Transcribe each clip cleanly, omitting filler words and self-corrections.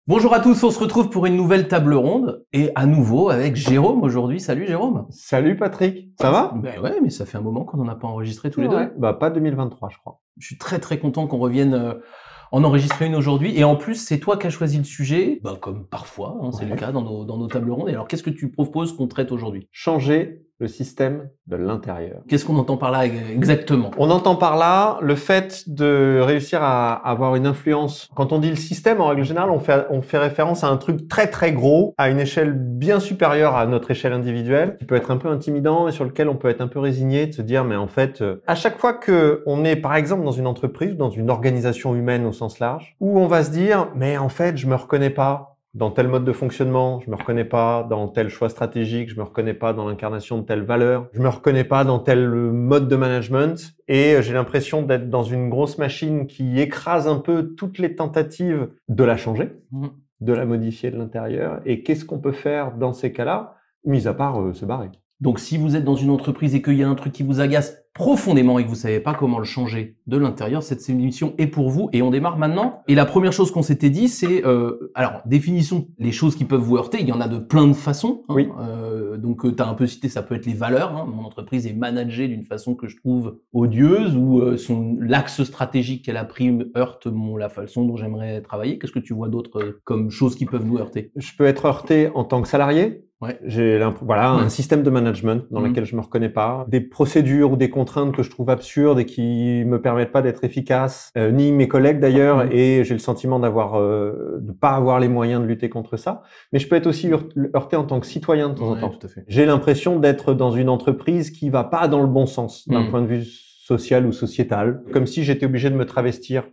Bonjour à tous, on se retrouve pour une nouvelle table ronde et à nouveau avec Jérôme aujourd'hui. Salut Jérôme. Salut Patrick, ça va? Ben ouais, mais ça fait un moment qu'on n'en a pas enregistré tous les Ouais, deux. bah pas 2023 je crois. Je suis très content qu'on revienne en enregistrer une aujourd'hui. Et en plus, c'est toi qui as choisi le sujet, ben, comme parfois, hein, c'est le cas dans nos tables rondes. Et alors, qu'est-ce que tu proposes qu'on traite aujourd'hui? Changer le système de l'intérieur. Qu'est-ce qu'on entend par là exactement? On entend par là le fait de réussir à avoir une influence. Quand on dit le système, en règle générale, on fait référence à un truc très gros, à une échelle bien supérieure à notre échelle individuelle, qui peut être un peu intimidant et sur lequel on peut être un peu résigné de se dire, mais en fait, à chaque fois que on est, par exemple, dans une entreprise, dans une organisation humaine au sens large, où on va se dire, mais en fait, je me reconnais pas dans tel mode de fonctionnement, je me reconnais pas dans tel choix stratégique, je me reconnais pas dans l'incarnation de telle valeur, je me reconnais pas dans tel mode de management et j'ai l'impression d'être dans une grosse machine qui écrase un peu toutes les tentatives de la changer, de la modifier de l'intérieur. Et qu'est-ce qu'on peut faire dans ces cas-là, mis à part se barrer? Donc, si vous êtes dans une entreprise et qu'il y a un truc qui vous agace profondément et que vous savez pas comment le changer de l'intérieur, cette émission est pour vous et on démarre maintenant. Et la première chose qu'on s'était dit, c'est alors définissons les choses qui peuvent vous heurter. Il y en a de plein de façons. Hein. Oui. Donc, tu as un peu cité, ça peut être les valeurs. Hein. Mon entreprise est managée d'une façon que je trouve odieuse ou l'axe stratégique qu'elle a pris me heurte la façon dont j'aimerais travailler. Qu'est-ce que tu vois d'autre comme choses qui peuvent nous heurter? Je peux être heurté en tant que salarié. Ouais. J'ai un système de management dans lequel je me reconnais pas, des procédures ou des contraintes que je trouve absurdes et qui me permettent pas d'être efficace, ni mes collègues d'ailleurs, et j'ai le sentiment de pas avoir les moyens de lutter contre ça. Mais je peux être aussi heurté en tant que citoyen de temps en temps. Tout à fait. J'ai l'impression d'être dans une entreprise qui va pas dans le bon sens d'un point de vue social ou sociétal, comme si j'étais obligé de me travestir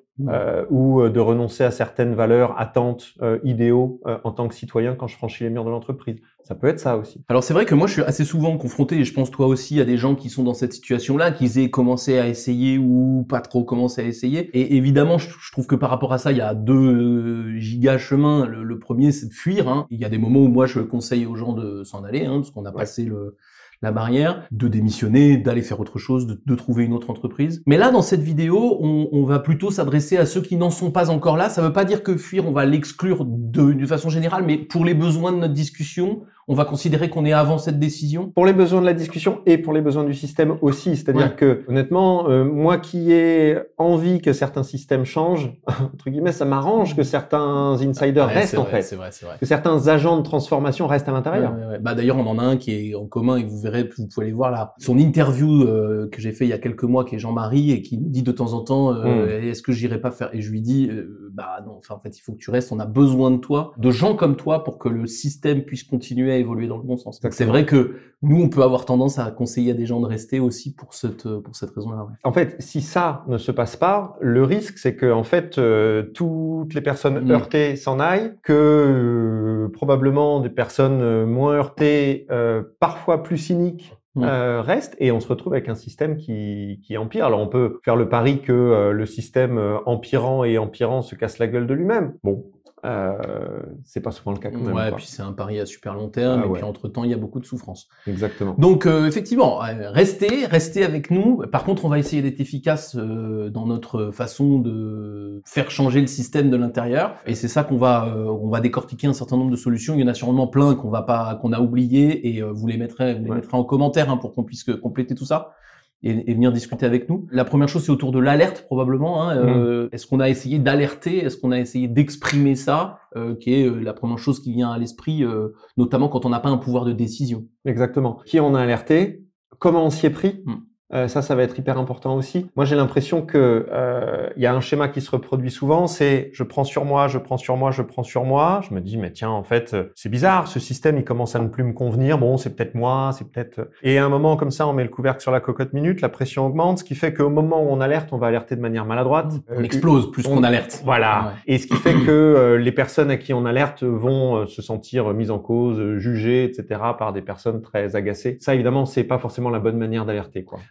ou de renoncer à certaines valeurs, attentes, idéaux en tant que citoyen quand je franchis les murs de l'entreprise. Ça peut être ça aussi. Alors c'est vrai que moi je suis assez souvent confronté, et je pense toi aussi, à des gens qui sont dans cette situation-là, qu'ils aient commencé à essayer ou pas trop commencé à essayer. Et évidemment, je trouve que par rapport à ça, il y a deux giga chemins. Le premier, c'est de fuir. Hein. Il y a des moments où moi je conseille aux gens de s'en aller, hein, parce qu'on a passé la barrière, de démissionner, d'aller faire autre chose, de trouver une autre entreprise. Mais là, dans cette vidéo, on va plutôt s'adresser à ceux qui n'en sont pas encore là. Ça veut pas dire que fuir, on va l'exclure d'une façon générale, mais pour les besoins de notre discussion, on va considérer qu'on est avant cette décision. Pour les besoins de la discussion et pour les besoins du système aussi. C'est-à-dire que, honnêtement, moi qui ai envie que certains systèmes changent, entre guillemets, ça m'arrange que certains insiders restent en fait. C'est vrai. Que certains agents de transformation restent à l'intérieur. Bah, d'ailleurs, on en a un qui est en commun et vous verrez, vous pouvez aller voir là. Son interview que j'ai fait il y a quelques mois, qui est Jean-Marie, et qui me dit de temps en temps, est-ce que j'irai pas faire? Et je lui dis, bah non, enfin, en fait, il faut que tu restes. On a besoin de toi, de gens comme toi, pour que le système puisse continuer à évoluer dans le bon sens. Donc, c'est vrai que nous, on peut avoir tendance à conseiller à des gens de rester aussi pour cette raison-là. Ouais. En fait, si ça ne se passe pas, le risque, c'est que en fait, toutes les personnes heurtées s'en aillent, que probablement des personnes moins heurtées, parfois plus cyniques, restent, et on se retrouve avec un système qui empire. Alors, on peut faire le pari que le système empirant se casse la gueule de lui-même. Bon. C'est pas souvent le cas quand même. Ouais, puis c'est un pari à super long terme, et puis entre-temps, il y a beaucoup de souffrance. Exactement. Donc, effectivement, restez avec nous. Par contre, on va essayer d'être efficace dans notre façon de faire changer le système de l'intérieur. Et c'est ça qu'on va décortiquer un certain nombre de solutions. Il y en a sûrement plein qu'on a oublié, et vous les mettrez en commentaire, hein, pour qu'on puisse compléter tout ça. Et venir discuter avec nous. La première chose, c'est autour de l'alerte, probablement. Hein. Est-ce qu'on a essayé d'alerter? Est-ce qu'on a essayé d'exprimer ça, qui est la première chose qui vient à l'esprit, notamment quand on n'a pas un pouvoir de décision. Exactement. Qui on a alerté? Comment on s'y est pris? Ça va être hyper important aussi. Moi, j'ai l'impression que y a un schéma qui se reproduit souvent, c'est je prends sur moi. Je me dis, mais tiens, en fait, c'est bizarre, ce système, il commence à ne plus me convenir. Bon, c'est peut-être moi, c'est peut-être... Et à un moment comme ça, on met le couvercle sur la cocotte minute, la pression augmente, ce qui fait qu'au moment où on alerte, on va alerter de manière maladroite. On explose plus qu'on alerte. Voilà. Ouais. Et ce qui fait que les personnes à qui on alerte vont se sentir mises en cause, jugées, etc. par des personnes très agacées. Ça, évidemment, c'est pas forcément la bonne manière d'alerter, quoi.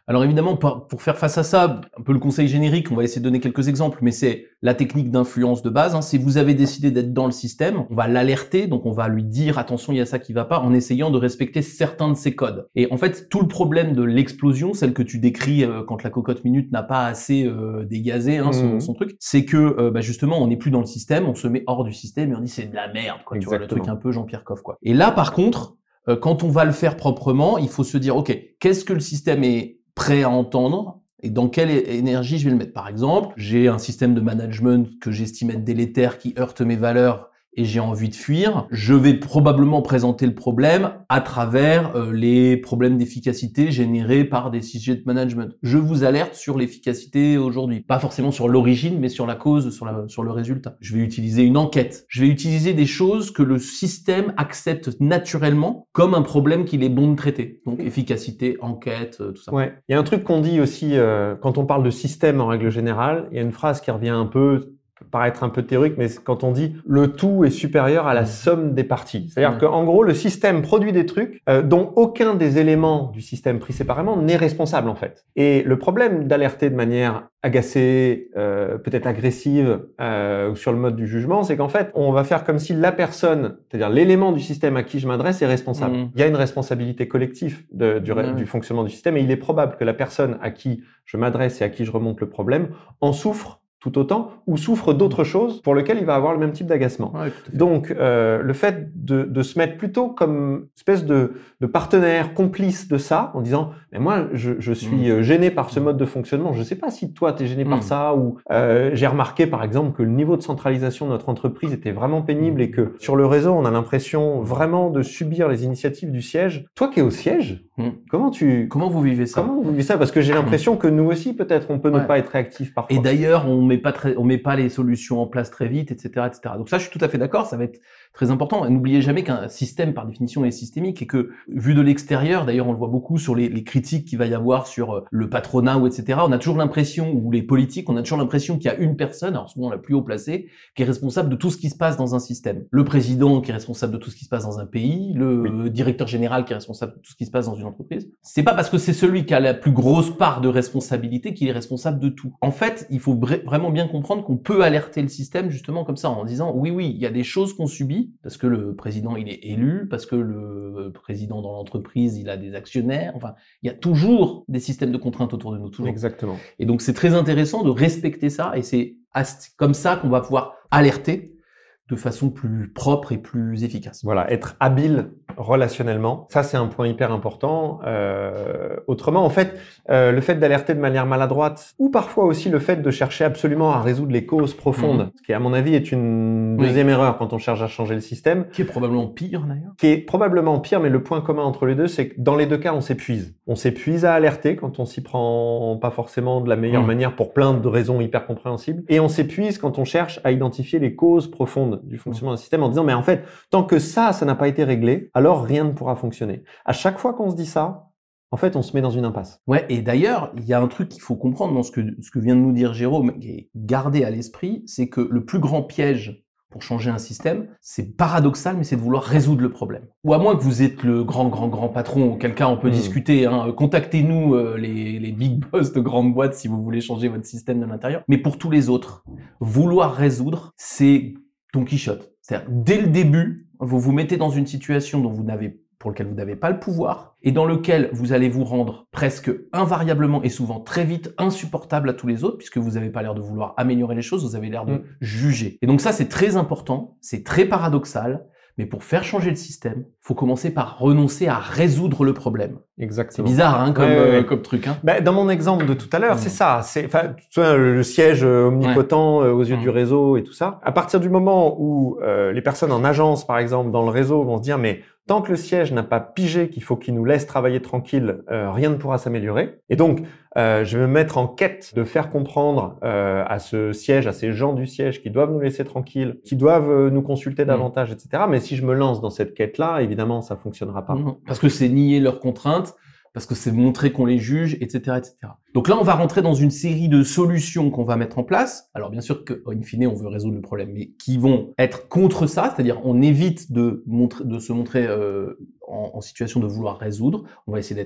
Alors évidemment, pour faire face à ça, un peu le conseil générique, on va essayer de donner quelques exemples, mais c'est la technique d'influence de base. Si vous avez décidé d'être dans le système, on va l'alerter, donc on va lui dire attention, il y a ça qui va pas, en essayant de respecter certains de ses codes. Et en fait, tout le problème de l'explosion, celle que tu décris quand la cocotte minute n'a pas assez dégazé son truc, c'est que justement, on n'est plus dans le système, on se met hors du système et on dit c'est de la merde, quoi. Tu vois, le truc un peu Jean-Pierre Coff, quoi. Et là, par contre, quand on va le faire proprement, il faut se dire ok, qu'est-ce que le système est prêt à entendre et dans quelle énergie je vais le mettre. Par exemple, j'ai un système de management que j'estime être délétère qui heurte mes valeurs et j'ai envie de fuir. Je vais probablement présenter le problème à travers les problèmes d'efficacité générés par des sujets de management. Je vous alerte sur l'efficacité aujourd'hui. Pas forcément sur l'origine, mais sur la cause, sur le résultat. Je vais utiliser une enquête. Je vais utiliser des choses que le système accepte naturellement comme un problème qu'il est bon de traiter. Donc efficacité, enquête, tout ça. Ouais. Il y a un truc qu'on dit aussi quand on parle de système en règle générale. Il y a une phrase qui revient un peu, peut paraître un peu théorique, mais quand on dit le tout est supérieur à la somme des parties. C'est-à-dire qu'en gros, le système produit des trucs dont aucun des éléments du système pris séparément n'est responsable en fait. Et le problème d'alerter de manière agacée, peut-être agressive, sur le mode du jugement, c'est qu'en fait, on va faire comme si la personne, c'est-à-dire l'élément du système à qui je m'adresse est responsable. Il y a une responsabilité collective du fonctionnement du système et il est probable que la personne à qui je m'adresse et à qui je remonte le problème en souffre tout autant, ou souffre d'autres choses pour lesquelles il va avoir le même type d'agacement. Ouais, donc, le fait de se mettre plutôt comme espèce de partenaire complice de ça, en disant « mais moi, je suis gêné par ce mode de fonctionnement, je ne sais pas si toi, tu es gêné par ça, ou j'ai remarqué, par exemple, que le niveau de centralisation de notre entreprise était vraiment pénible et que sur le réseau, on a l'impression vraiment de subir les initiatives du siège. Toi qui es au siège, comment vous vivez ça? Comment vous vivez ça? Parce que j'ai l'impression que nous aussi, peut-être, on peut ne pas être réactifs parfois. Et d'ailleurs, on met pas les solutions en place très vite, etc., etc. Donc ça, je suis tout à fait d'accord, ça va être très important. Et n'oubliez jamais qu'un système, par définition, est systémique et que, vu de l'extérieur, d'ailleurs, on le voit beaucoup sur les critiques qu'il va y avoir sur le patronat ou etc., on a toujours l'impression, ou les politiques, on a toujours l'impression qu'il y a une personne, alors souvent la plus haut placée, qui est responsable de tout ce qui se passe dans un système. Le président qui est responsable de tout ce qui se passe dans un pays, le directeur général qui est responsable de tout ce qui se passe dans une entreprise. C'est pas parce que c'est celui qui a la plus grosse part de responsabilité qu'il est responsable de tout. En fait, il faut vraiment bien comprendre qu'on peut alerter le système justement comme ça, en disant oui, il y a des choses qu'on subit, parce que le président il est élu, parce que le président dans l'entreprise il a des actionnaires, enfin, il y a toujours des systèmes de contraintes autour de nous, toujours. Exactement. Et donc c'est très intéressant de respecter ça, et c'est comme ça qu'on va pouvoir alerter de façon plus propre et plus efficace. Voilà, être habile relationnellement, ça c'est un point hyper important. Autrement, en fait, le fait d'alerter de manière maladroite, ou parfois aussi le fait de chercher absolument à résoudre les causes profondes, ce qui à mon avis est une deuxième erreur quand on cherche à changer le système. Qui est probablement pire d'ailleurs. Qui est probablement pire, mais le point commun entre les deux, c'est que dans les deux cas, on s'épuise. On s'épuise à alerter quand on s'y prend pas forcément de la meilleure manière pour plein de raisons hyper compréhensibles. Et on s'épuise quand on cherche à identifier les causes profondes du fonctionnement d'un système en disant mais en fait, tant que ça n'a pas été réglé, alors rien ne pourra fonctionner. À chaque fois qu'on se dit ça, en fait, on se met dans une impasse. Ouais, et d'ailleurs, il y a un truc qu'il faut comprendre dans ce que vient de nous dire Jérôme, et garder à l'esprit, c'est que le plus grand piège pour changer un système, c'est paradoxal, mais c'est de vouloir résoudre le problème. Ou à moins que vous êtes le grand patron, auquel cas on peut discuter, contactez-nous les big boss de grandes boîtes si vous voulez changer votre système de l'intérieur. Mais pour tous les autres, vouloir résoudre, c'est Don Quichotte. C'est-à-dire, dès le début, vous vous mettez dans une situation pour laquelle vous n'avez pas le pouvoir et dans lequel vous allez vous rendre presque invariablement et souvent très vite insupportable à tous les autres puisque vous n'avez pas l'air de vouloir améliorer les choses, vous avez l'air de juger. Et donc ça, c'est très important, c'est très paradoxal, mais pour faire changer le système, faut commencer par renoncer à résoudre le problème. Exactement. C'est bizarre, comme truc, Ben, dans mon exemple de tout à l'heure, c'est ça. Enfin, tu vois, le siège omnipotent aux yeux du réseau et tout ça. À partir du moment où les personnes en agence, par exemple, dans le réseau, vont se dire mais tant que le siège n'a pas pigé qu'il faut qu'il nous laisse travailler tranquille, rien ne pourra s'améliorer. Et donc, je vais me mettre en quête de faire comprendre à ce siège, à ces gens du siège qui doivent nous laisser tranquilles, qui doivent nous consulter davantage, etc. Mais si je me lance dans cette quête-là, évidemment, ça fonctionnera pas. Parce que c'est nier leurs contraintes, parce que c'est montrer qu'on les juge, etc., etc. Donc là, on va rentrer dans une série de solutions qu'on va mettre en place. Alors bien sûr qu'in fine, on veut résoudre le problème, mais qui vont être contre ça, c'est-à-dire on évite de se montrer en situation de vouloir résoudre. On va essayer d'être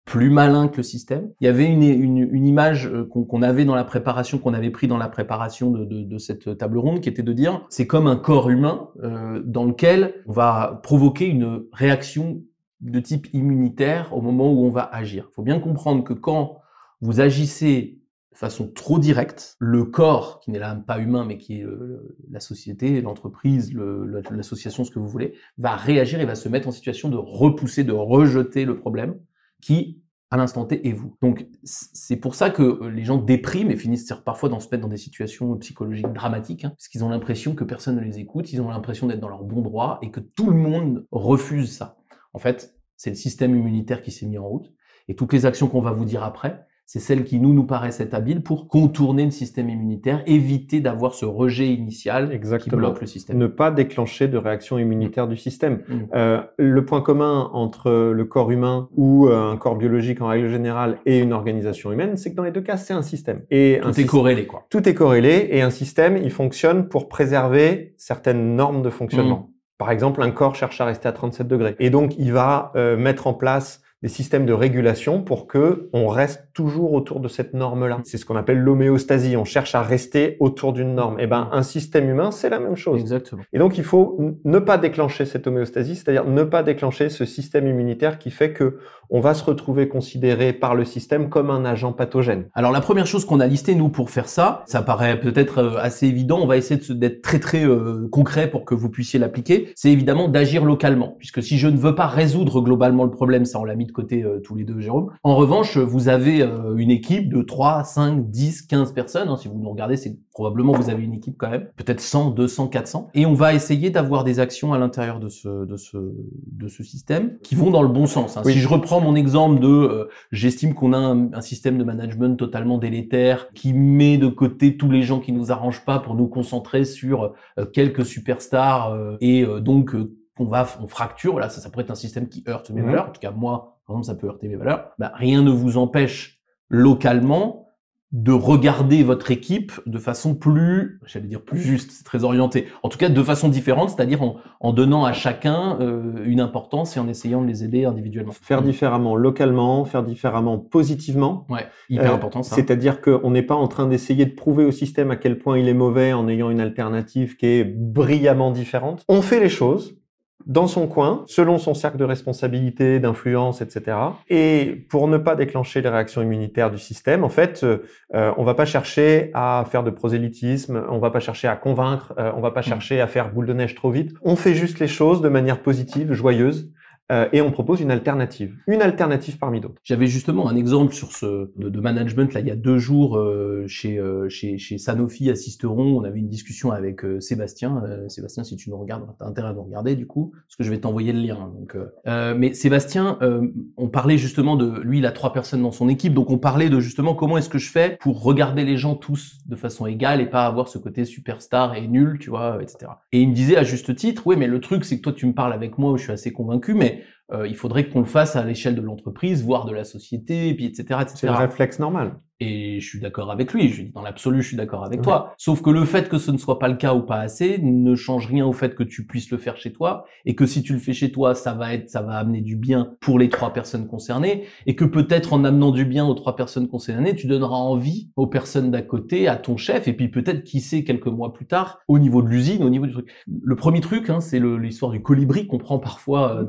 plus malin que le système. Il y avait une image qu'on avait dans la préparation, qu'on avait pris dans la préparation de cette table ronde, qui était de dire, c'est comme un corps humain dans lequel on va provoquer une réaction de type immunitaire au moment où on va agir. Il faut bien comprendre que quand vous agissez de façon trop directe, le corps, qui n'est là pas humain, mais qui est la société, l'entreprise, l'association, ce que vous voulez, va réagir et va se mettre en situation de repousser, de rejeter le problème qui, à l'instant T, est vous. Donc, c'est pour ça que les gens dépriment et finissent parfois se mettre dans des situations psychologiques dramatiques, parce qu'ils ont l'impression que personne ne les écoute, ils ont l'impression d'être dans leur bon droit et que tout le monde refuse ça. En fait, c'est le système immunitaire qui s'est mis en route. Et toutes les actions qu'on va vous dire après, c'est celles qui nous paraissent être habiles pour contourner le système immunitaire, éviter d'avoir ce rejet initial qui bloque le système. Ne pas déclencher de réaction immunitaire du système. Le point commun entre le corps humain ou un corps biologique en règle générale et une organisation humaine, c'est que dans les deux cas, c'est un système. Et tout est corrélé, quoi. Tout est corrélé et un système, il fonctionne pour préserver certaines normes de fonctionnement. Par exemple, un corps cherche à rester à 37 degrés. Et donc, il va mettre en place des systèmes de régulation pour que on reste toujours autour de cette norme-là. C'est ce qu'on appelle l'homéostasie. On cherche à rester autour d'une norme. Eh ben, un système humain, c'est la même chose. Exactement. Et donc, il faut ne pas déclencher cette homéostasie, c'est-à-dire ne pas déclencher ce système immunitaire qui fait que on va se retrouver considéré par le système comme un agent pathogène. Alors, la première chose qu'on a listée, nous, pour faire ça, ça paraît peut-être assez évident. On va essayer d'être très, très concret pour que vous puissiez l'appliquer. C'est évidemment d'agir localement. Puisque si je ne veux pas résoudre globalement le problème, ça, on l'a mis de côté tous les deux, Jérôme. En revanche, vous avez une équipe de 3, 5, 10, 15 personnes. Si vous nous regardez, c'est probablement vous avez une équipe quand même. Peut-être 100, 200, 400. Et on va essayer d'avoir des actions à l'intérieur de ce système qui vont dans le bon sens. Oui. Si je reprends mon exemple de j'estime qu'on a un système de management totalement délétère qui met de côté tous les gens qui nous arrangent pas pour nous concentrer sur quelques superstars et donc on fracture. Là, ça pourrait être un système qui heurte mes valeurs. En tout cas, moi, par exemple, ça peut heurter mes valeurs. Rien ne vous empêche localement de regarder votre équipe de façon plus juste, c'est très orienté. En tout cas, de façon différente, c'est-à-dire en donnant à chacun une importance et en essayant de les aider individuellement. Faire différemment localement, faire différemment positivement. Ouais, hyper important ça. C'est-à-dire qu'on n'est pas en train d'essayer de prouver au système à quel point il est mauvais en ayant une alternative qui est brillamment différente. On fait les choses dans son coin, selon son cercle de responsabilité, d'influence, etc. Et pour ne pas déclencher les réactions immunitaires du système, en fait, on va pas chercher à faire de prosélytisme, on va pas chercher à convaincre, on va pas chercher à faire boule de neige trop vite. On fait juste les choses de manière positive, joyeuse. Et on propose une alternative parmi d'autres. J'avais justement un exemple sur de management là il y a 2 jours chez Sanofi à Sisteron. On avait une discussion avec Sébastien. Sébastien, si tu nous regardes, t'as intérêt à nous regarder du coup, parce que je vais t'envoyer le lien. Donc, mais Sébastien, on parlait justement de lui, il a 3 personnes dans son équipe, donc on parlait de justement comment est-ce que je fais pour regarder les gens tous de façon égale et pas avoir ce côté superstar et nul, tu vois, etc. Et il me disait à juste titre, oui, mais le truc c'est que toi tu me parles avec moi où je suis assez convaincu, mais il faudrait qu'on le fasse à l'échelle de l'entreprise, voire de la société, et puis etc., etc. C'est le réflexe normal. Et je suis d'accord avec lui. Je dis dans l'absolu, je suis d'accord avec toi. Sauf que le fait que ce ne soit pas le cas ou pas assez ne change rien au fait que tu puisses le faire chez toi et que si tu le fais chez toi, ça va amener du bien pour les 3 personnes concernées et que peut-être en amenant du bien aux 3 personnes concernées, tu donneras envie aux personnes d'à côté, à ton chef et puis peut-être qui sait quelques mois plus tard au niveau de l'usine, au niveau du truc. Le premier truc, c'est l'histoire du colibri qu'on prend parfois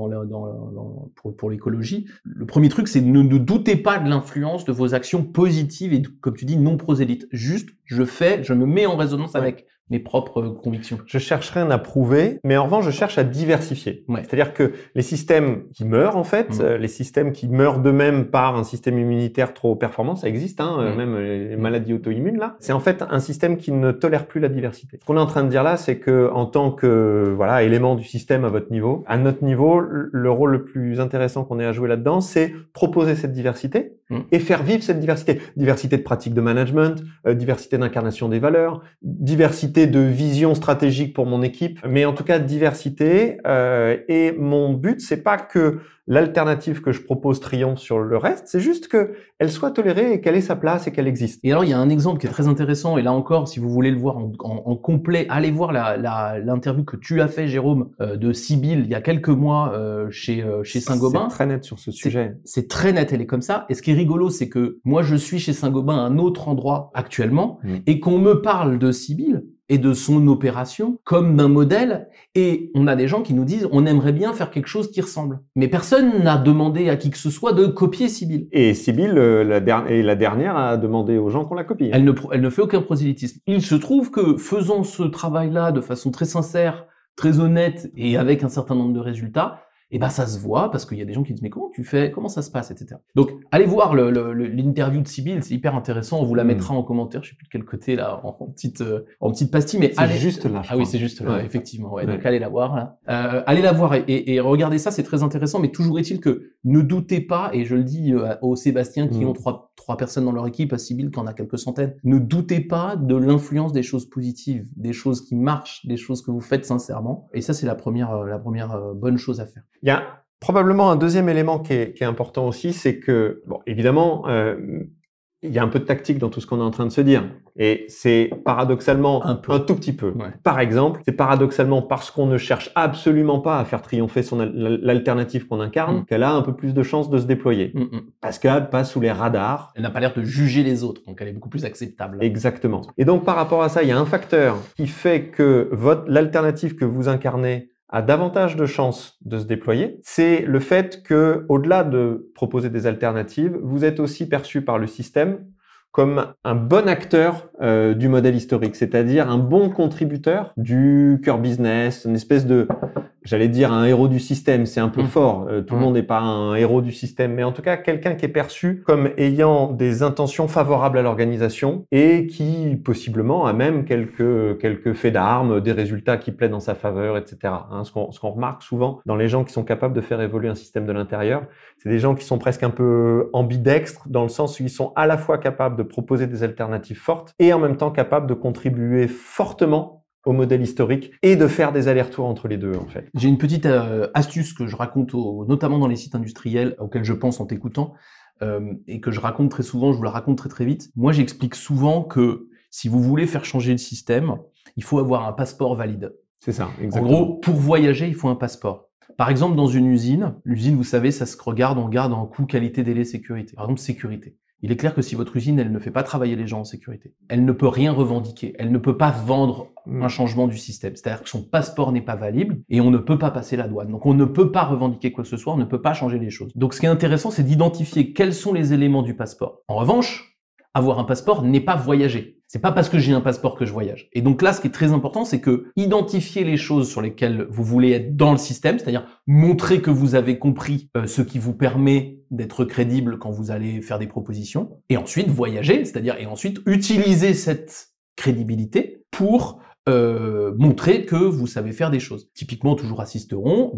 pour l'écologie. Le premier truc, c'est ne doutez pas de l'influence de vos actions positives et, comme tu dis, non prosélytes. Juste, je me mets en résonance avec mes propres convictions. Je cherche rien à prouver, mais en revanche, je cherche à diversifier. Ouais. C'est-à-dire que les systèmes qui meurent, en fait, les systèmes qui meurent d'eux-mêmes par un système immunitaire trop performant, ça existe, même les maladies auto-immunes, là. C'est en fait un système qui ne tolère plus la diversité. Ce qu'on est en train de dire là, c'est que en tant que, élément du système à votre niveau, à notre niveau, le rôle le plus intéressant qu'on ait à jouer là-dedans, c'est proposer cette diversité et faire vivre cette diversité. Diversité de pratiques de management, diversité d'incarnation des valeurs, diversité diversité de vision stratégique pour mon équipe, mais en tout cas diversité. Et mon but, c'est pas que l'alternative que je propose triomphe sur le reste, c'est juste qu'elle soit tolérée et qu'elle ait sa place et qu'elle existe. Et alors, il y a un exemple qui est très intéressant, et là encore, si vous voulez le voir en complet, allez voir l'interview que tu as fait, Jérôme, de Sibylle, il y a quelques mois chez Saint-Gobain. C'est très net sur ce sujet. C'est très net, elle est comme ça. Et ce qui est rigolo, c'est que moi, je suis chez Saint-Gobain à un autre endroit actuellement, et qu'on me parle de Sibylle et de son opération comme d'un modèle, et on a des gens qui nous disent on aimerait bien faire quelque chose qui ressemble. Mais personne n'a demandé à qui que ce soit de copier Sibylle. Et Sibylle, la dernière, a demandé aux gens qu'on la copie. Elle ne fait aucun prosélytisme. Il se trouve que faisant ce travail-là de façon très sincère, très honnête et avec un certain nombre de résultats, et ben ça se voit parce qu'il y a des gens qui disent mais comment tu fais, comment ça se passe, etc. Donc allez voir l'interview de Sibylle, c'est hyper intéressant. On vous la mettra en commentaire, je sais plus de quel côté là, en petite pastille, mais c'est juste là. Ah oui, c'est juste là, effectivement. Ouais. Donc allez la voir là. Allez la voir et regardez ça, c'est très intéressant. Mais toujours est-il que ne doutez pas, et je le dis aux Sébastien qui ont trois personnes dans leur équipe, à Sibylle qui en a quelques centaines, ne doutez pas de l'influence des choses positives, des choses qui marchent, des choses que vous faites sincèrement. Et ça, c'est la première bonne chose à faire. Il y a probablement un deuxième élément qui est important aussi, c'est que, bon, évidemment, il y a un peu de tactique dans tout ce qu'on est en train de se dire. Et c'est paradoxalement un tout petit peu. Ouais. Par exemple, c'est paradoxalement parce qu'on ne cherche absolument pas à faire triompher l'alternative qu'on incarne qu'elle a un peu plus de chances de se déployer. Parce qu'elle passe sous les radars. Elle n'a pas l'air de juger les autres, donc elle est beaucoup plus acceptable. Exactement. Et donc, par rapport à ça, il y a un facteur qui fait que l'alternative que vous incarnez a davantage de chances de se déployer, c'est le fait que, au-delà de proposer des alternatives, vous êtes aussi perçu par le système comme un bon acteur du modèle historique, c'est-à-dire un bon contributeur du cœur business, une espèce de, j'allais dire un héros du système, c'est un peu fort, tout le monde n'est pas un héros du système, mais en tout cas quelqu'un qui est perçu comme ayant des intentions favorables à l'organisation et qui possiblement a même quelques faits d'armes, des résultats qui plaident en sa faveur, etc. Hein, ce qu'on remarque souvent dans les gens qui sont capables de faire évoluer un système de l'intérieur, c'est des gens qui sont presque un peu ambidextres dans le sens où ils sont à la fois capables de proposer des alternatives fortes et en même temps capables de contribuer fortement au modèle historique et de faire des allers-retours entre les deux, en fait. J'ai une petite astuce que je raconte notamment dans les sites industriels auxquels je pense en t'écoutant et que je raconte très souvent, je vous la raconte très très vite. Moi, j'explique souvent que si vous voulez faire changer le système, il faut avoir un passeport valide. C'est ça, exactement. En gros, pour voyager, il faut un passeport. Par exemple, dans une usine, l'usine, vous savez, ça se regarde, on regarde en coût, qualité, délai, sécurité. Par exemple, sécurité. Il est clair que si votre usine, elle ne fait pas travailler les gens en sécurité, elle ne peut rien revendiquer, elle ne peut pas vendre un changement du système. C'est-à-dire que son passeport n'est pas valide et on ne peut pas passer la douane. Donc on ne peut pas revendiquer quoi que ce soit, on ne peut pas changer les choses. Donc ce qui est intéressant, c'est d'identifier quels sont les éléments du passeport. En revanche, avoir un passeport n'est pas voyager. C'est pas parce que j'ai un passeport que je voyage. Et donc là, ce qui est très important, c'est que identifier les choses sur lesquelles vous voulez être dans le système, c'est-à-dire montrer que vous avez compris ce qui vous permet d'être crédible quand vous allez faire des propositions, et ensuite voyager, c'est-à-dire et ensuite utiliser cette crédibilité pour montrer que vous savez faire des choses. Typiquement, toujours assisteront,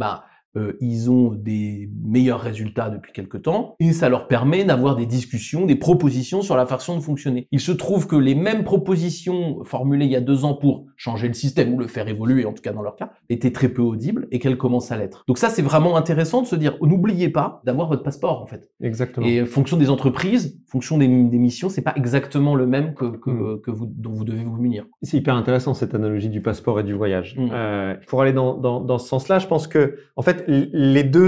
ils ont des meilleurs résultats depuis quelque temps et ça leur permet d'avoir des discussions, des propositions sur la façon de fonctionner. Il se trouve que les mêmes propositions formulées il y a 2 ans pour changer le système ou le faire évoluer, en tout cas dans leur cas, étaient très peu audibles et qu'elles commencent à l'être. Donc ça, c'est vraiment intéressant de se dire, n'oubliez pas d'avoir votre passeport, en fait. Exactement. Et fonction des entreprises, fonction des missions, c'est pas exactement le même dont vous devez vous munir. C'est hyper intéressant cette analogie du passeport et du voyage. Pour aller dans ce sens-là, je pense que, en fait, les deux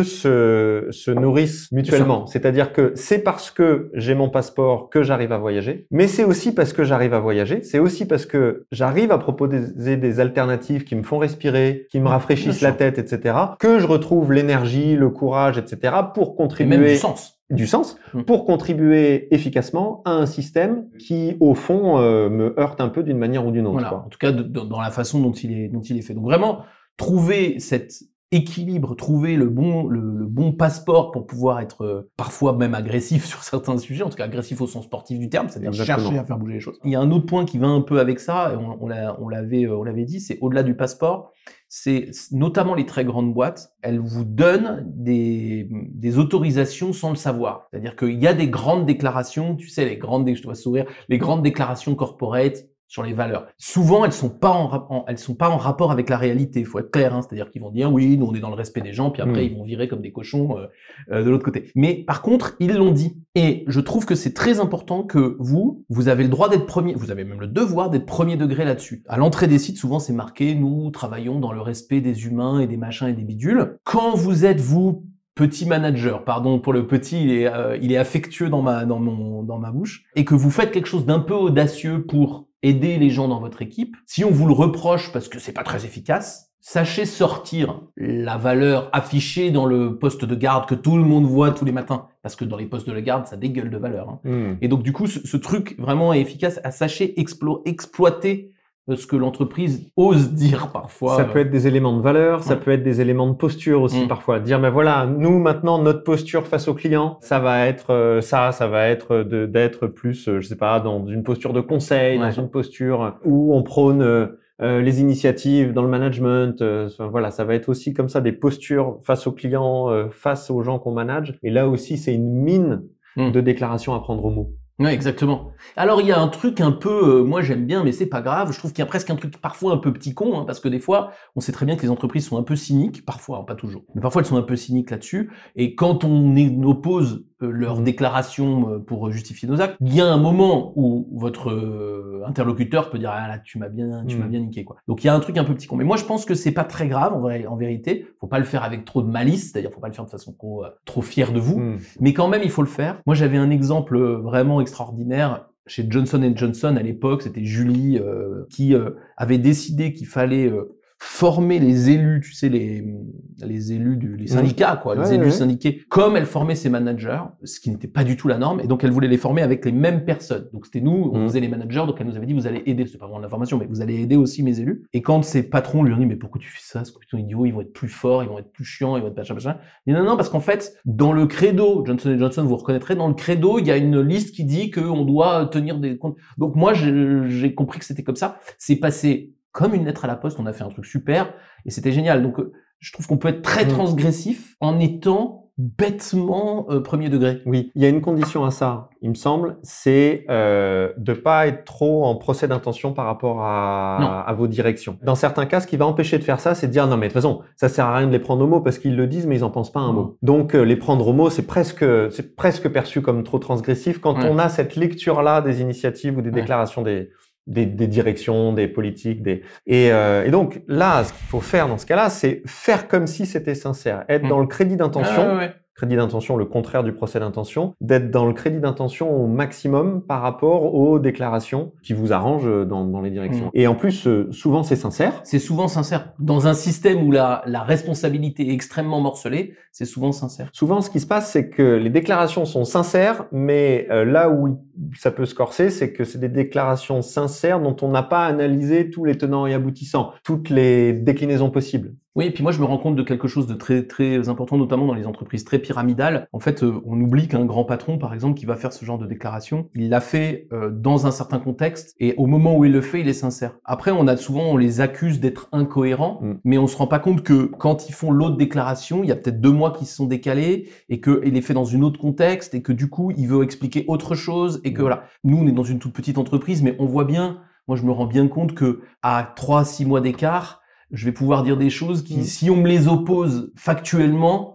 se nourrissent mutuellement. C'est-à-dire que c'est parce que j'ai mon passeport que j'arrive à voyager, mais c'est aussi parce que j'arrive à voyager, c'est aussi parce que j'arrive à proposer des alternatives qui me font respirer, qui me rafraîchissent la tête, etc., que je retrouve l'énergie, le courage, etc., pour contribuer... Et même du sens. Pour contribuer efficacement à un système qui, au fond, me heurte un peu d'une manière ou d'une autre. Voilà. Quoi. En tout cas, dans la façon dont il est fait. Donc vraiment, trouver cet équilibre, trouver le bon passeport pour pouvoir être parfois même agressif sur certains sujets, en tout cas agressif au sens sportif du terme, c'est-à-dire chercher à faire bouger les choses. Il y a un autre point qui va un peu avec ça, et on l'avait dit, c'est au-delà du passeport, c'est notamment les très grandes boîtes, elles vous donnent des autorisations sans le savoir. C'est-à-dire qu'il y a des grandes déclarations, tu sais, je te vois sourire, les grandes déclarations corporate, sur les valeurs. Souvent, elles sont pas en rapport avec la réalité. Il faut être clair, hein. C'est-à-dire qu'ils vont dire oui, nous on est dans le respect des gens, puis après ils vont virer comme des cochons de l'autre côté. Mais par contre, ils l'ont dit. Et je trouve que c'est très important que vous avez le droit d'être premier, vous avez même le devoir d'être premier degré là-dessus. À l'entrée des sites, souvent c'est marqué nous travaillons dans le respect des humains et des machins et des bidules. Quand vous êtes petit manager, pardon pour le petit, il est affectueux dans ma bouche, et que vous faites quelque chose d'un peu audacieux pour aider les gens dans votre équipe, si on vous le reproche parce que c'est pas très efficace, sachez sortir la valeur affichée dans le poste de garde que tout le monde voit tous les matins, parce que dans les postes de garde, ça dégueule de valeur. Hein. Et donc du coup, ce truc vraiment est efficace, à sachez exploiter ce que l'entreprise ose dire parfois. Ça peut être des éléments de valeur, ça peut être des éléments de posture aussi parfois. Dire, mais voilà, nous maintenant, notre posture face aux clients, ça va être d'être plus, je sais pas, dans une posture de conseil, dans une posture où on prône les initiatives dans le management. Voilà, ça va être aussi comme ça des postures face aux clients, face aux gens qu'on manage. Et là aussi, c'est une mine de déclarations à prendre au mot. Ouais, exactement. Alors, il y a un truc un peu, moi j'aime bien, mais c'est pas grave. Je trouve qu'il y a presque un truc parfois un peu petit con, hein, parce que des fois, on sait très bien que les entreprises sont un peu cyniques, parfois, hein, pas toujours, mais parfois elles sont un peu cyniques là-dessus. Et quand on oppose leurs déclarations pour justifier nos actes, il y a un moment où votre interlocuteur peut dire ah là tu m'as bien niqué quoi. Donc il y a un truc un peu petit con. Mais moi je pense que c'est pas très grave en vérité. Faut pas le faire avec trop de malice, c'est-à-dire faut pas le faire de façon trop fière de vous. Mais quand même il faut le faire. Moi j'avais un exemple vraiment extraordinaire. Chez Johnson & Johnson à l'époque, c'était Julie qui avait décidé qu'il fallait former les élus, tu sais, les élus les syndicats, quoi, les élus syndiqués, comme elle formait ses managers, ce qui n'était pas du tout la norme, et donc elle voulait les former avec les mêmes personnes. Donc c'était nous, on faisait les managers, donc elle nous avait dit, vous allez aider, c'est pas vraiment de l'information, mais vous allez aider aussi mes élus. Et quand ses patrons lui ont dit, mais pourquoi tu fais ça, c'est complètement idiot, ils vont être plus forts, ils vont être plus chiants, ils vont être machin. Il dit, non, parce qu'en fait, dans le credo, Johnson & Johnson, vous reconnaîtrez, dans le credo, il y a une liste qui dit qu'on doit tenir des comptes. Donc moi, j'ai compris que c'était comme ça. C'est passé comme une lettre à la poste, on a fait un truc super et c'était génial. Donc, je trouve qu'on peut être très transgressif en étant bêtement premier degré. Oui, il y a une condition à ça, il me semble, c'est de pas être trop en procès d'intention par rapport à vos directions. Dans certains cas, ce qui va empêcher de faire ça, c'est de dire non mais de toute façon, ça sert à rien de les prendre au mot parce qu'ils le disent mais ils en pensent pas un mot. Donc les prendre au mot, c'est presque perçu comme trop transgressif quand on a cette lecture-là des initiatives ou des déclarations des directions, des politiques, et donc là, ce qu'il faut faire dans ce cas-là, c'est faire comme si c'était sincère, être dans le crédit d'intention. Crédit d'intention, le contraire du procès d'intention, d'être dans le crédit d'intention au maximum par rapport aux déclarations qui vous arrangent dans les directions. Et en plus, souvent c'est sincère. C'est souvent sincère. Dans un système où la responsabilité est extrêmement morcelée, c'est souvent sincère. Souvent, ce qui se passe, c'est que les déclarations sont sincères, mais là où ça peut se corser, c'est que c'est des déclarations sincères dont on n'a pas analysé tous les tenants et aboutissants, toutes les déclinaisons possibles. Oui, et puis moi je me rends compte de quelque chose de très très important, notamment dans les entreprises très pyramidales. En fait, on oublie qu'un grand patron, par exemple, qui va faire ce genre de déclaration, il l'a fait dans un certain contexte, et au moment où il le fait, il est sincère. Après, on les accuse d'être incohérents, mais on se rend pas compte que quand ils font l'autre déclaration, il y a peut-être 2 mois qui se sont décalés, et qu'il est fait dans une autre contexte, et que du coup, il veut expliquer autre chose, et que voilà. Nous, on est dans une toute petite entreprise, mais on voit bien, moi je me rends bien compte que à 3-6 mois d'écart, je vais pouvoir dire des choses qui, si on me les oppose factuellement,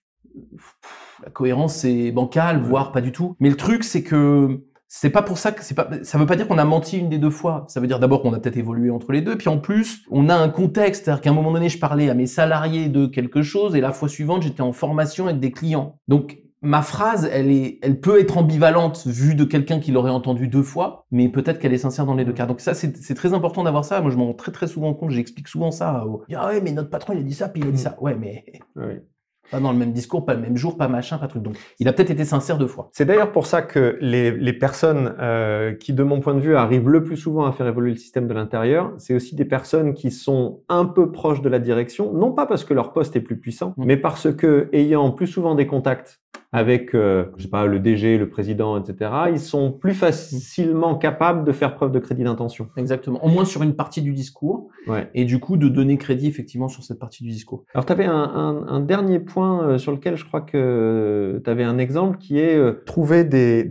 la cohérence c'est bancal, voire pas du tout. Mais le truc, c'est que c'est pas pour ça que ça veut pas dire qu'on a menti une des 2 fois. Ça veut dire d'abord qu'on a peut-être évolué entre les deux, puis en plus, on a un contexte, c'est-à-dire qu'à un moment donné, je parlais à mes salariés de quelque chose, et la fois suivante, j'étais en formation avec des clients. Donc, ma phrase, elle peut être ambivalente vue de quelqu'un qui l'aurait entendu 2 fois, mais peut-être qu'elle est sincère dans les 2 cas. Donc ça, c'est très important d'avoir ça. Moi, je m'en rends très très souvent compte. J'explique souvent ça. Ah ouais, mais notre patron, il a dit ça, puis il a dit ça. Ouais, mais pas dans le même discours, pas le même jour, pas machin, pas truc. Donc, il a peut-être été sincère 2 fois. C'est d'ailleurs pour ça que les personnes qui, de mon point de vue, arrivent le plus souvent à faire évoluer le système de l'intérieur, c'est aussi des personnes qui sont un peu proches de la direction, non pas parce que leur poste est plus puissant, mais parce que, ayant plus souvent des contacts avec, je sais pas, le DG, le président, etc., ils sont plus facilement capables de faire preuve de crédit d'intention. Exactement. Au moins sur une partie du discours. Ouais. Et du coup, de donner crédit effectivement sur cette partie du discours. Alors, tu avais un dernier point sur lequel je crois que tu avais un exemple qui est trouver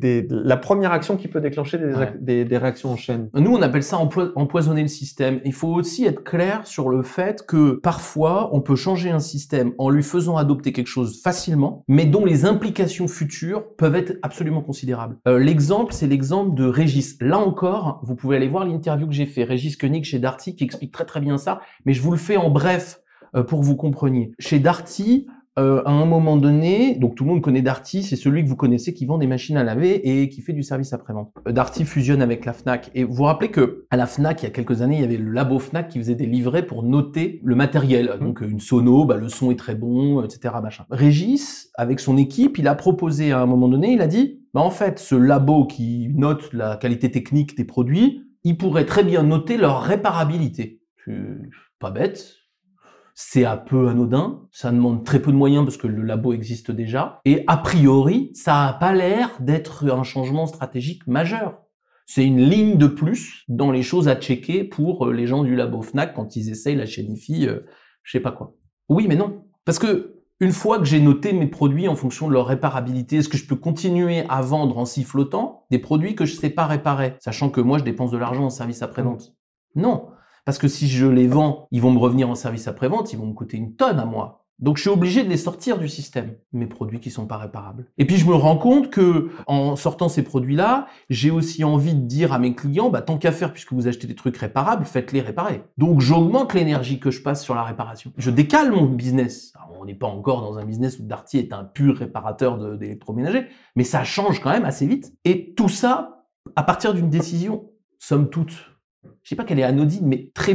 la première action qui peut déclencher des réactions en chaîne. Nous, on appelle ça empoisonner le système. Il faut aussi être clair sur le fait que parfois, on peut changer un système en lui faisant adopter quelque chose facilement, mais dont les implications futures peuvent être absolument considérables. L'exemple, c'est l'exemple de Régis. Là encore, vous pouvez aller voir l'interview que j'ai fait, Régis Koenig chez Darty, qui explique très très bien ça, mais je vous le fais en bref pour que vous compreniez. Chez Darty, à un moment donné, donc tout le monde connaît Darty, c'est celui que vous connaissez qui vend des machines à laver et qui fait du service après-vente. Darty fusionne avec la Fnac. Et vous vous rappelez que à la Fnac, il y a quelques années, il y avait le labo Fnac qui faisait des livrets pour noter le matériel. Donc une sono, le son est très bon, etc. Machin. Régis, avec son équipe, il a proposé à un moment donné, il a dit, en fait, ce labo qui note la qualité technique des produits, il pourrait très bien noter leur réparabilité. Pas bête. C'est un peu anodin, ça demande très peu de moyens parce que le labo existe déjà, et a priori, ça a pas l'air d'être un changement stratégique majeur. C'est une ligne de plus dans les choses à checker pour les gens du labo Fnac quand ils essayent la chaîne IFI, je sais pas quoi. Oui, mais non. Parce que une fois que j'ai noté mes produits en fonction de leur réparabilité, est-ce que je peux continuer à vendre en sifflotant des produits que je sais pas réparer, sachant que moi je dépense de l'argent en service après-vente? Non. Parce que si je les vends, ils vont me revenir en service après-vente, ils vont me coûter une tonne à moi. Donc je suis obligé de les sortir du système, mes produits qui sont pas réparables. Et puis je me rends compte que en sortant ces produits-là, j'ai aussi envie de dire à mes clients, tant qu'à faire, puisque vous achetez des trucs réparables, faites-les réparer. Donc j'augmente l'énergie que je passe sur la réparation. Je décale mon business. Alors, on n'est pas encore dans un business où Darty est un pur réparateur d'électroménager, mais ça change quand même assez vite. Et tout ça, à partir d'une décision, somme toute, je sais pas qu'elle est anodine, mais très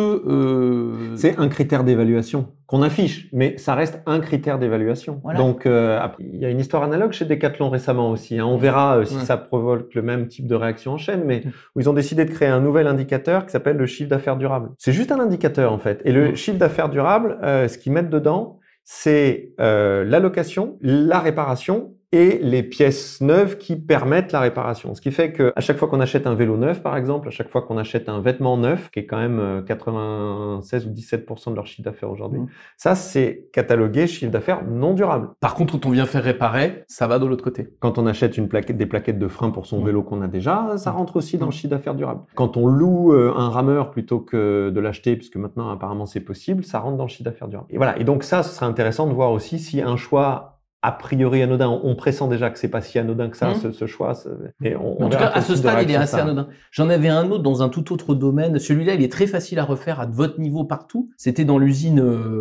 peu... C'est un critère d'évaluation qu'on affiche, mais ça reste un critère d'évaluation. Voilà. Donc, il y a une histoire analogue chez Decathlon récemment aussi. On verra si ça provoque le même type de réaction en chaîne, mais où ils ont décidé de créer un nouvel indicateur qui s'appelle le chiffre d'affaires durable. C'est juste un indicateur en fait. Et le chiffre d'affaires durable, ce qu'ils mettent dedans, c'est la location, la réparation et les pièces neuves qui permettent la réparation. Ce qui fait que à chaque fois qu'on achète un vélo neuf, par exemple, à chaque fois qu'on achète un vêtement neuf, qui est quand même 96 ou 17% de leur chiffre d'affaires aujourd'hui, ça, c'est catalogué chiffre d'affaires non durable. Par contre, quand on vient faire réparer, ça va de l'autre côté. Quand on achète des plaquettes de frein pour son vélo qu'on a déjà, ça rentre aussi dans le chiffre d'affaires durable. Quand on loue un rameur plutôt que de l'acheter, puisque maintenant, apparemment, c'est possible, ça rentre dans le chiffre d'affaires durable. Et voilà. Et donc ça, ce serait intéressant de voir aussi si un choix a priori anodin. On pressent déjà que c'est pas si anodin que ça, ce choix. Mais en tout cas, à ce stade, il est assez anodin. J'en avais un autre dans un tout autre domaine. Celui-là, il est très facile à refaire à votre niveau partout. C'était dans l'usine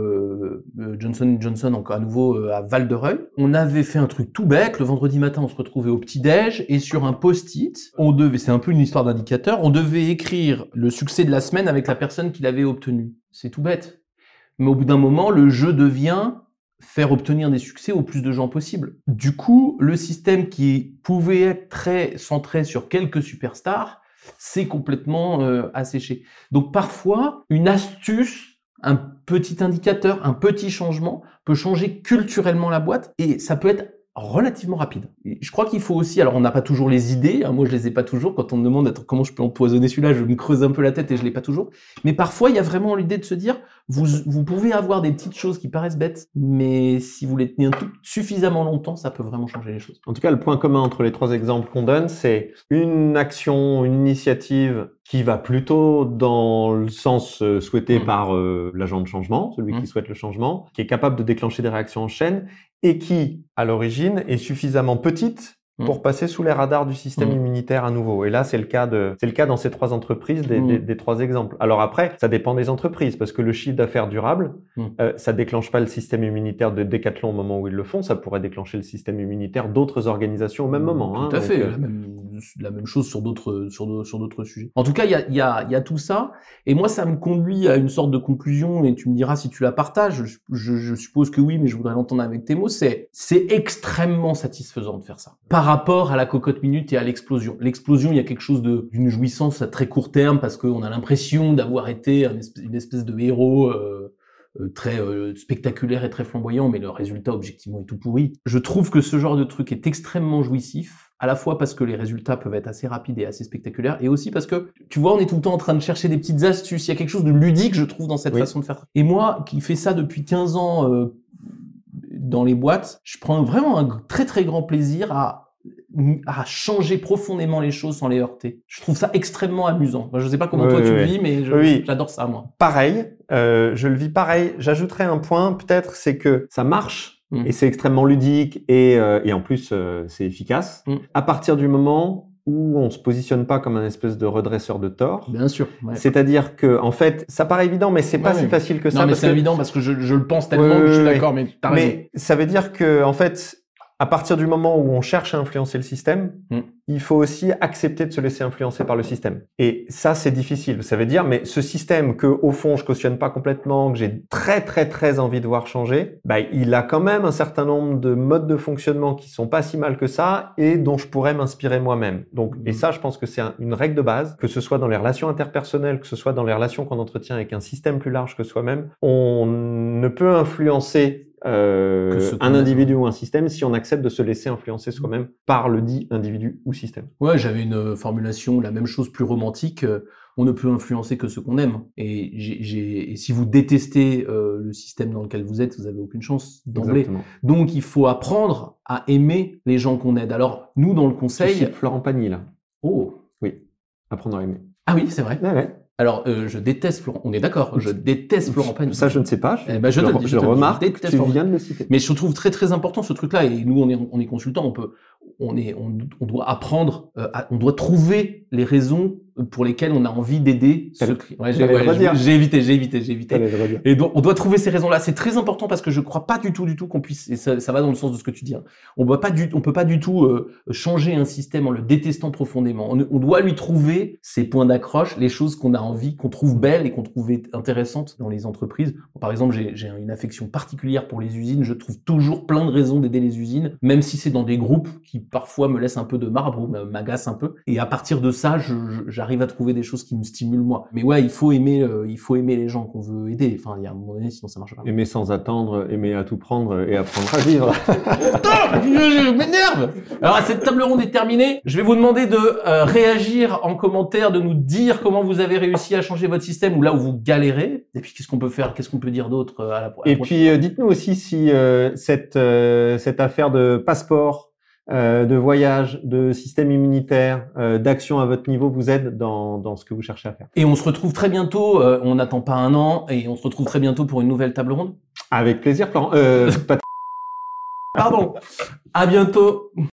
Johnson & Johnson, encore à nouveau à Val-de-Reuil. On avait fait un truc tout bête. Le vendredi matin, on se retrouvait au petit-déj et sur un post-it, c'est un peu une histoire d'indicateur, on devait écrire le succès de la semaine avec la personne qui l'avait obtenu. C'est tout bête. Mais au bout d'un moment, le jeu devient faire obtenir des succès au plus de gens possible. Du coup, le système qui pouvait être très centré sur quelques superstars, c'est complètement asséché. Donc parfois, une astuce, un petit indicateur, un petit changement peut changer culturellement la boîte et ça peut être relativement rapide. Et je crois qu'il faut aussi, alors on n'a pas toujours les idées, moi je les ai pas toujours, quand on me demande comment je peux empoisonner celui-là, je me creuse un peu la tête et je l'ai pas toujours, mais parfois il y a vraiment l'idée de se dire, vous pouvez avoir des petites choses qui paraissent bêtes, mais si vous les tenez suffisamment longtemps, ça peut vraiment changer les choses. En tout cas, le point commun entre les trois exemples qu'on donne, c'est une action, une initiative qui va plutôt dans le sens souhaité par l'agent de changement, celui qui souhaite le changement, qui est capable de déclencher des réactions en chaîne et qui, à l'origine, est suffisamment petite pour passer sous les radars du système immunitaire à nouveau. Et là, c'est le cas dans ces trois entreprises des trois exemples. Alors après, ça dépend des entreprises parce que le chiffre d'affaires durable, ça déclenche pas le système immunitaire de Decathlon au moment où ils le font. Ça pourrait déclencher le système immunitaire d'autres organisations au même moment. Tout à fait. La même chose sur d'autres sujets. En tout cas, il y a tout ça. Et moi, ça me conduit à une sorte de conclusion et tu me diras si tu la partages. Je suppose que oui, mais je voudrais l'entendre avec tes mots. C'est extrêmement satisfaisant de faire ça. Par rapport à la cocotte minute et à l'explosion. L'explosion, il y a quelque chose d'une jouissance à très court terme parce qu'on a l'impression d'avoir été une espèce de héros très spectaculaire et très flamboyant, mais le résultat objectivement est tout pourri. Je trouve que ce genre de truc est extrêmement jouissif, à la fois parce que les résultats peuvent être assez rapides et assez spectaculaires, et aussi parce que, tu vois, on est tout le temps en train de chercher des petites astuces. Il y a quelque chose de ludique, je trouve, dans cette façon de faire. Et moi, qui fais ça depuis 15 ans dans les boîtes, je prends vraiment un très très grand plaisir à changer profondément les choses sans les heurter. Je trouve ça extrêmement amusant. Moi, je sais pas comment toi tu le vis, mais j'adore ça, moi. Pareil, je le vis pareil. J'ajouterais un point, peut-être, c'est que ça marche et c'est extrêmement ludique et en plus, c'est efficace. À partir du moment où on se positionne pas comme un espèce de redresseur de tort. Bien sûr. Ouais. C'est-à-dire que, en fait, ça paraît évident, mais c'est pas si facile que ça. Non, mais c'est évident parce que je le pense tellement que je suis d'accord, mais t'as raison. Mais ça veut dire que, en fait, à partir du moment où on cherche à influencer le système, il faut aussi accepter de se laisser influencer par le système. Et ça, c'est difficile. Ça veut dire, mais ce système que, au fond, je cautionne pas complètement, que j'ai très, très, très envie de voir changer, bah, il a quand même un certain nombre de modes de fonctionnement qui sont pas si mal que ça et dont je pourrais m'inspirer moi-même. Donc, et ça, je pense que c'est une règle de base, que ce soit dans les relations interpersonnelles, que ce soit dans les relations qu'on entretient avec un système plus large que soi-même, on ne peut influencer un individu ou un système si on accepte de se laisser influencer soi-même par le dit individu ou système. Ouais, j'avais une formulation, la même chose, plus romantique. On ne peut influencer que ce qu'on aime. Et si vous détestez le système dans lequel vous êtes, vous avez aucune chance d'emblée. Exactement. Donc, il faut apprendre à aimer les gens qu'on aide. Alors, nous, dans le conseil... Tu cites Florent Pagny, là. Oh. Oui. Apprendre à aimer. Ah oui, c'est vrai. Ouais. Alors, je déteste Florent. On est d'accord. Je déteste Florent Pagny. Ça, je ne sais pas. Je remarque que tu viens de le citer. Mais je trouve très très important ce truc-là. Et nous, on est consultants. On doit apprendre. On doit trouver les raisons pour lesquelles on a envie d'aider. J'ai évité. Et donc, on doit trouver ces raisons-là. C'est très important parce que je crois pas du tout qu'on puisse. Et ça va dans le sens de ce que tu dis. Hein. On peut pas du tout changer un système en le détestant profondément. On doit lui trouver ses points d'accroche, les choses qu'on a envie, qu'on trouve belles et qu'on trouve intéressantes dans les entreprises. Bon, par exemple, j'ai une affection particulière pour les usines. Je trouve toujours plein de raisons d'aider les usines, même si c'est dans des groupes qui parfois me laissent un peu de marbre ou m'agacent un peu. Et à partir de ça, j'arrive à trouver des choses qui me stimulent moi. Mais ouais, il faut aimer les gens qu'on veut aider. Enfin, il y a un moment donné, sinon ça marche pas. Aimer sans attendre, aimer à tout prendre et apprendre à vivre. Je m'énerve. Alors, cette table ronde est terminée. Je vais vous demander de réagir en commentaire, de nous dire comment vous avez réussi à changer votre système ou là où vous galérez. Et puis, qu'est-ce qu'on peut faire? Qu'est-ce qu'on peut dire d'autre à la prochaine? Et puis, dites-nous aussi si cette affaire de passeport, de voyage, de système immunitaire, d'action à votre niveau vous aide dans ce que vous cherchez à faire. Et on se retrouve très bientôt. On n'attend pas un an et on se retrouve très bientôt pour une nouvelle table ronde. Avec plaisir, Florent. Pardon. À bientôt.